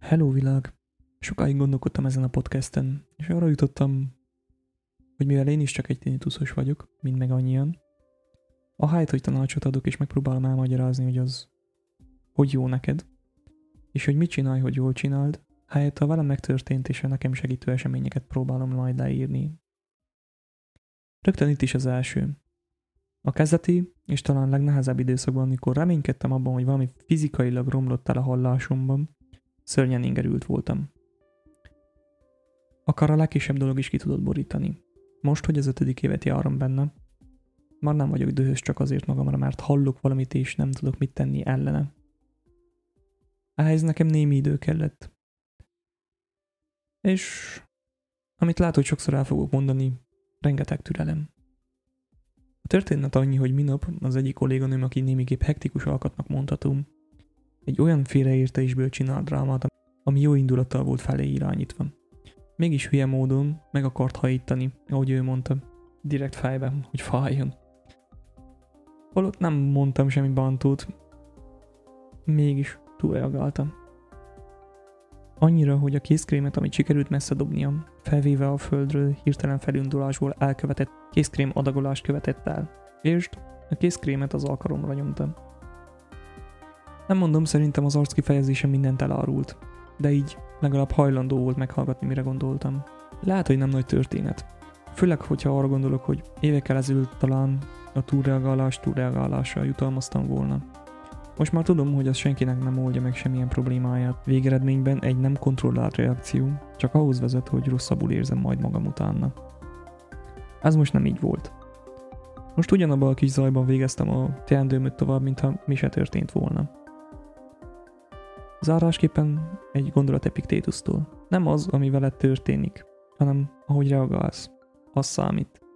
Hello világ! Sokáig gondolkodtam ezen a podcasten, és arra jutottam, hogy mivel én is csak egy tinnituszos vagyok, mind meg annyian, ahelyett, hogy tanácsot adok, és megpróbálom elmagyarázni, hogy az hogy jó neked, és hogy mit csinálj, hogy jól csináld, helyett a velem megtörtént és a nekem segítő eseményeket próbálom majd leírni. Rögtön itt is az első. A kezdeti, és talán legnehezebb időszakban, amikor reménykedtem abban, hogy valami fizikailag romlott el a hallásomban, szörnyen ingerült voltam. Akár a legkisebb dolog is ki tudod borítani. Most, hogy az 5. évet járom benne, már nem vagyok dühös csak azért magamra, mert hallok valamit és nem tudok mit tenni ellene. Ehhez nekem némi idő kellett. És amit lehet, hogy sokszor el fogok mondani, rengeteg türelem. A történet annyi, hogy minap az egyik kolléganőm, aki némiképp hektikus alkatnak mondhatom, egy olyan félreértésből csinált drámát, ami jó indulattal volt felé irányítva. Mégis hülye módon meg akart hajítani, ahogy ő mondta, direkt fejbe, hogy fájjon. Holott nem mondtam semmi bántót, mégis túlreagáltam. Annyira, hogy a kézkrémet, amit sikerült messze dobnia, felvéve a földről hirtelen felindulásból elkövetett kézkrém adagolást követett el, és a kézkrémet az alkaromra nyomtam. Nem mondom, szerintem az arc kifejezése mindent elárult, de így legalább hajlandó volt meghallgatni, mire gondoltam. Lehet, hogy nem nagy történet. Főleg, hogyha arra gondolok, hogy évekkel ezelőtt talán a túlreagálással jutalmaztam volna. Most már tudom, hogy az senkinek nem oldja meg semmilyen problémáját. Végeredményben egy nem kontrollált reakció csak ahhoz vezet, hogy rosszabbul érzem majd magam utána. Ez most nem így volt. Most ugyanabban a kis zajban végeztem a teendőmöt tovább, mintha mi se történt volna. Zárásképpen egy gondolat Epiktétusztól. Nem az, ami veled történik, hanem ahogy reagálsz. Az számít.